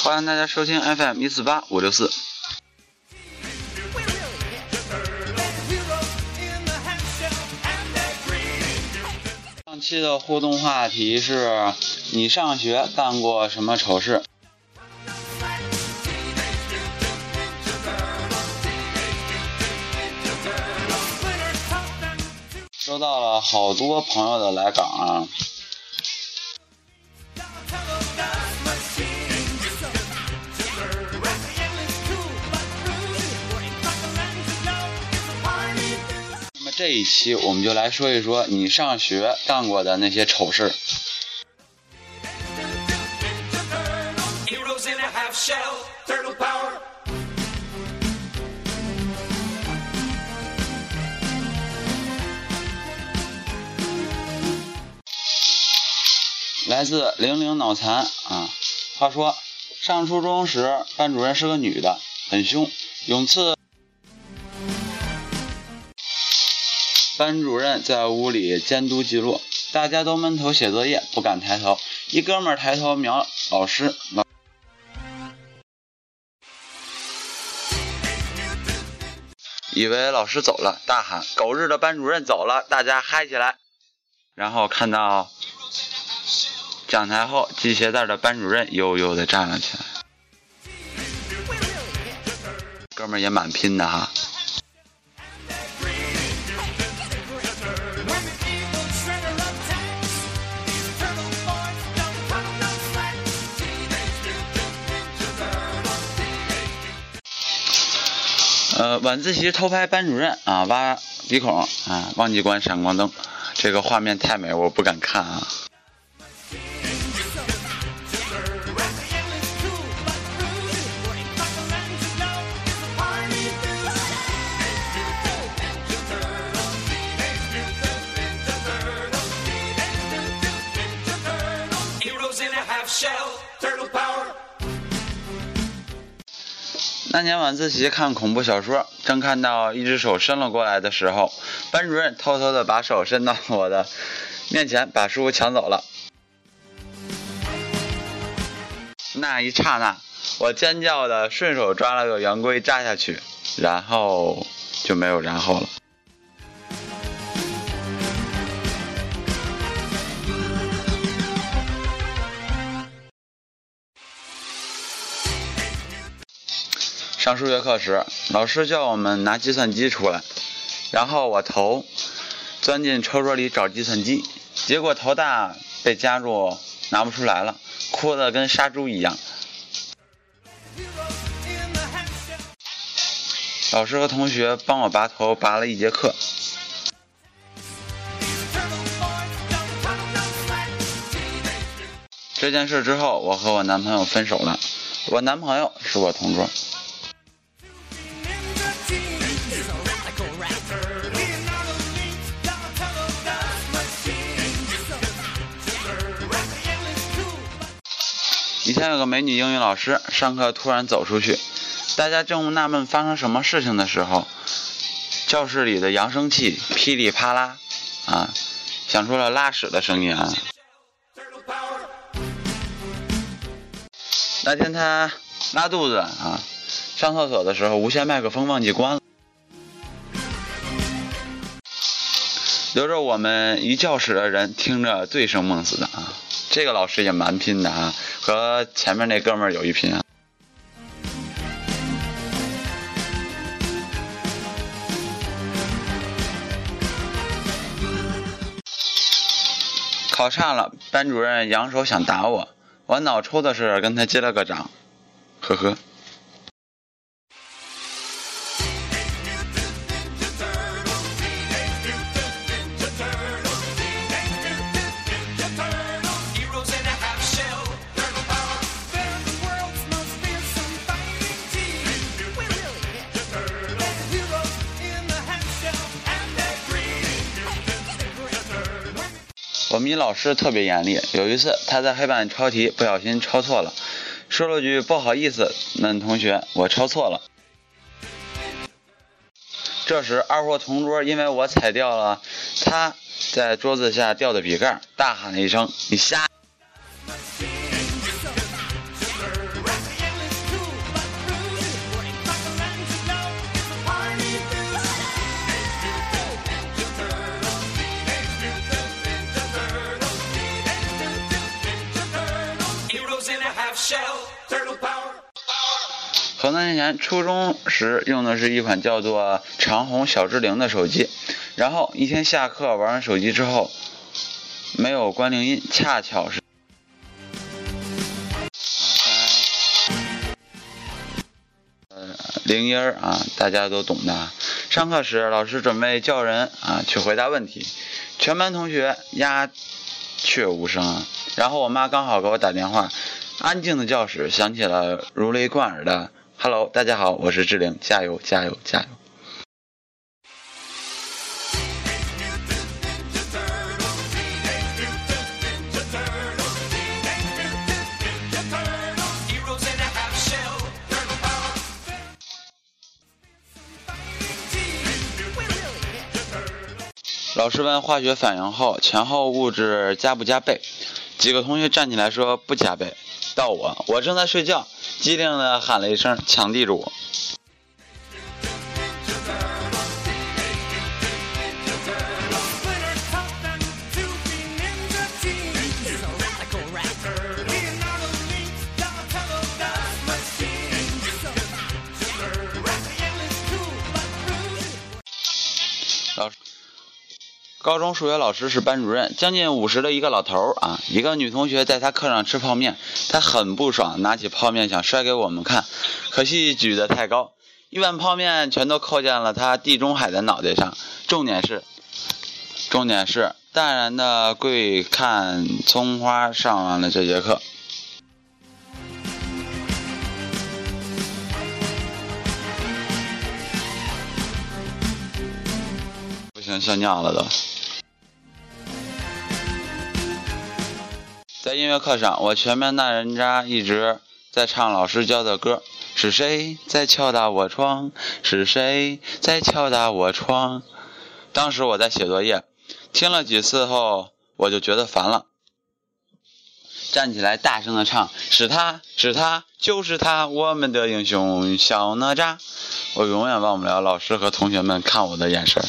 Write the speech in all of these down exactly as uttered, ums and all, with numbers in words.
欢迎大家收听 F M 一四八五六四。上期的互动话题是：你上学干过什么丑事？收到了好多朋友的来稿啊。那么这一期我们就来说一说你上学干过的那些丑事。来自零零脑残啊，话说上初中时班主任是个女的，很凶。有次班主任在屋里监督记录，大家都闷头写作业，不敢抬头。一哥们儿抬头瞄老师，老以为老师走了，大喊狗日的班主任走了，大家嗨起来。然后看到讲台后系鞋带的班主任悠悠地站了起来，哥们儿也蛮拼的哈。呃，晚自习偷拍班主任啊，挖鼻孔啊，忘记关闪光灯，这个画面太美，我不敢看啊。那年晚自习看恐怖小说，正看到一只手伸了过来的时候，班主任偷偷的把手伸到我的面前，把书抢走了。那一刹那，我尖叫的顺手抓了个圆规扎下去，然后就没有然后了。上数学课时，老师叫我们拿计算机出来，然后我头钻进抽屉里找计算机，结果头大被夹住拿不出来了，哭得跟杀猪一样。老师和同学帮我拔头拔了一节课。这件事之后，我和我男朋友分手了，我男朋友是我同桌。以前有个美女英语老师，上课突然走出去，大家正纳闷发生什么事情的时候，教室里的扬声器噼里啪啦啊，响出了拉屎的声音啊。那天她拉肚子啊，上厕所的时候无线麦克风忘记关了，留着我们一教室的人听着醉生梦死的啊。这个老师也蛮拼的啊，和前面那哥们儿有一拼啊。考差了，班主任扬手想打我，我脑抽的是跟他击了个掌，呵呵。我们一老师特别严厉，有一次他在黑板抄题不小心抄错了，说了句不好意思，问同学我抄错了。这时二货同桌因为我踩掉了他在桌子下掉的笔盖，大喊了一声你瞎。 很多年前，初中时用的是一款叫做长虹小之灵的手机，然后一天下课玩完手机之后，没有关铃音，恰巧是呃铃音啊，大家都懂的。上课时，老师准备叫人啊去回答问题，全班同学鸦雀无声。然后我妈刚好给我打电话，安静的教室响起了如雷贯耳的 "Hello， 大家好，我是志玲，加油，加油，加油！"老师问化学反应后前后物质加不加倍，几个同学站起来说不加倍。到我，我正在睡觉，机灵的喊了一声抢地主。老师高中数学老师是班主任，将近五十的一个老头啊。一个女同学在他课上吃泡面，他很不爽，拿起泡面想摔给我们看，可惜举得太高，一碗泡面全都扣在了他地中海的脑袋上。重点是，重点是淡然的跪看葱花上完了这节课。不行，吓尿了都。在音乐课上，我全班大人渣一直在唱老师教的歌，是谁在敲打我窗？是谁在敲打我窗？当时我在写作业，听了几次后，我就觉得烦了，站起来大声的唱，是他，是他，就是他，我们的英雄小哪吒。我永远忘不了老师和同学们看我的眼神。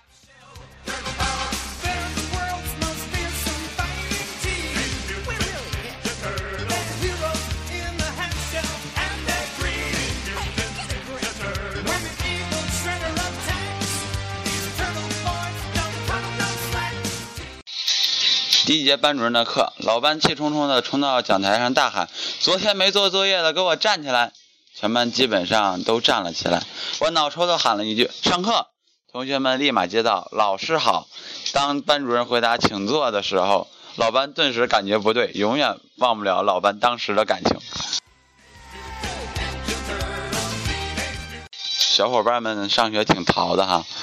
第一节班主任的课，老班气冲冲地冲到讲台上大喊，昨天没做作业的给我站起来。全班基本上都站了起来，我脑抽地喊了一句上课，同学们立马接到老师好。当班主任回答请坐的时候，老班顿时感觉不对，永远忘不了老班当时的感情。小伙伴们上学挺淘的哈。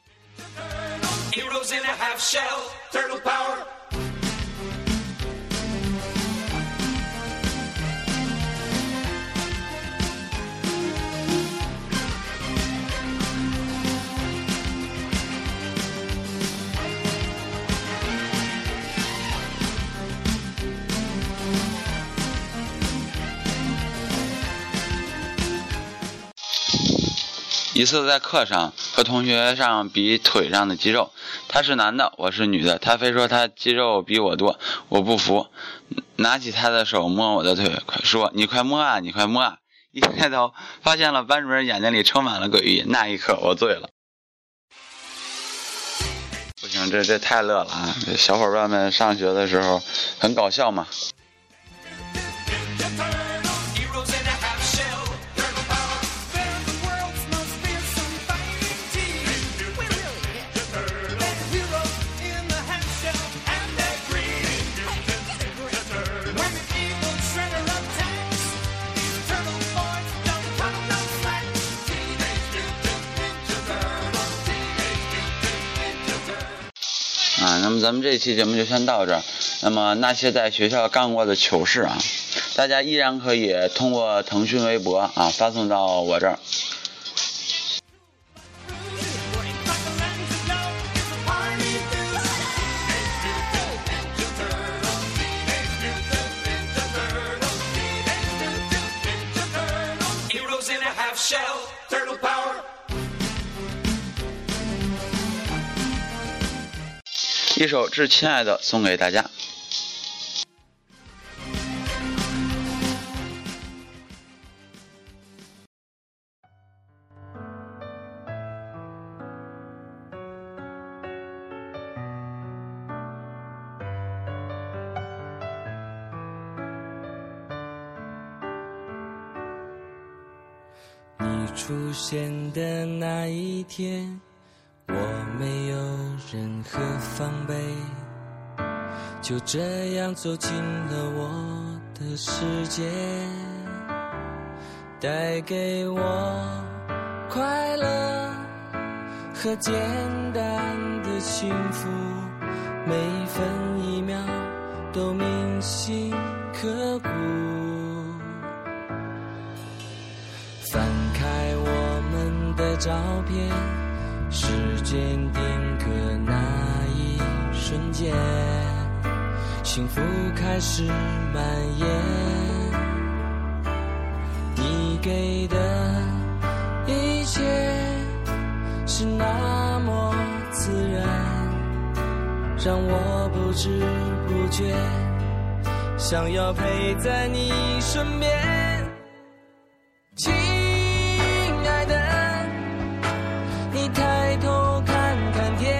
一次在课上和同学上比腿上的肌肉，他是男的，我是女的，他非说他肌肉比我多，我不服，拿起他的手摸我的腿，说你快摸啊，你快摸啊！一抬头发现了班主任眼睛里充满了诡异，那一刻我醉了。不行，这这太乐了啊！小伙伴们上学的时候很搞笑嘛。啊，那么咱们这一期节目就先到这儿。那么那些在学校干过的糗事啊，大家依然可以通过腾讯微博啊发送到我这儿。一首《致亲爱的》送给大家。 出现的那一天，我没有任何防备，就这样走进了我的世界，带给我快乐和简单的幸福，每分一秒都铭心刻骨。翻开我们的照片，时间定格那一瞬间，幸福开始蔓延。你给的一切是那么自然，让我不知不觉想要陪在你身边。亲爱的，你抬头看看天，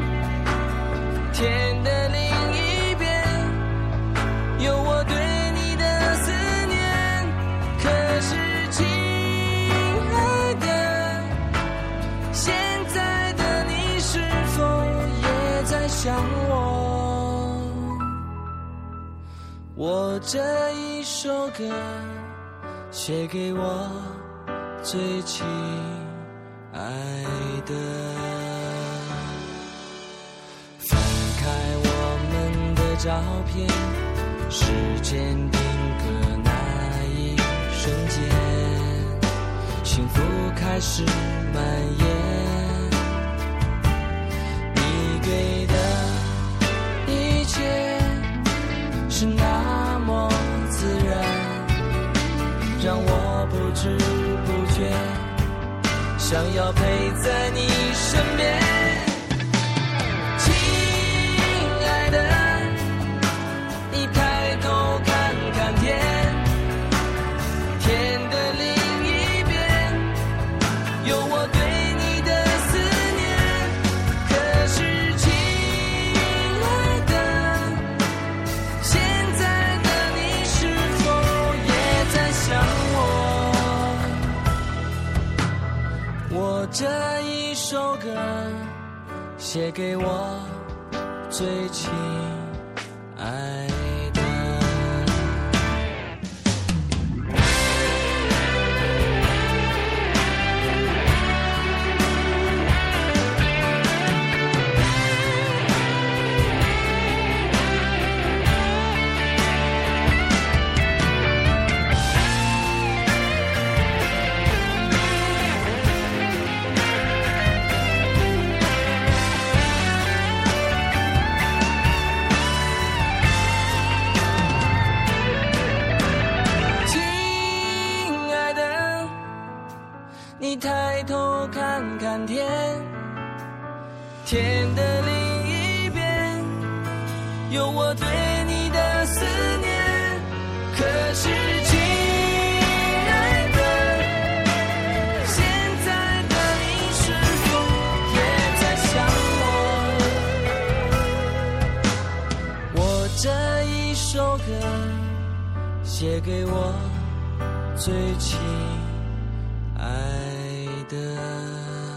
天的另一边有我对你的思念。可是亲爱的，现在的你是否也在想我？我这一首歌写给我最亲爱的。翻开我们的照片，时间定格那一瞬间，幸福开始蔓延。你给的一切是那么自然，让我不知不觉想要陪在你身边。亲爱的，你抬头看看天，天的另一边有我对你的思念。可是亲爱的，现在的你是否也在想我？我这一首歌写给我最亲爱的。你抬头看看天，天的另一边有我对你的思念。可是亲爱的，现在的你是否也在想我？我这一首歌写给我最亲爱的。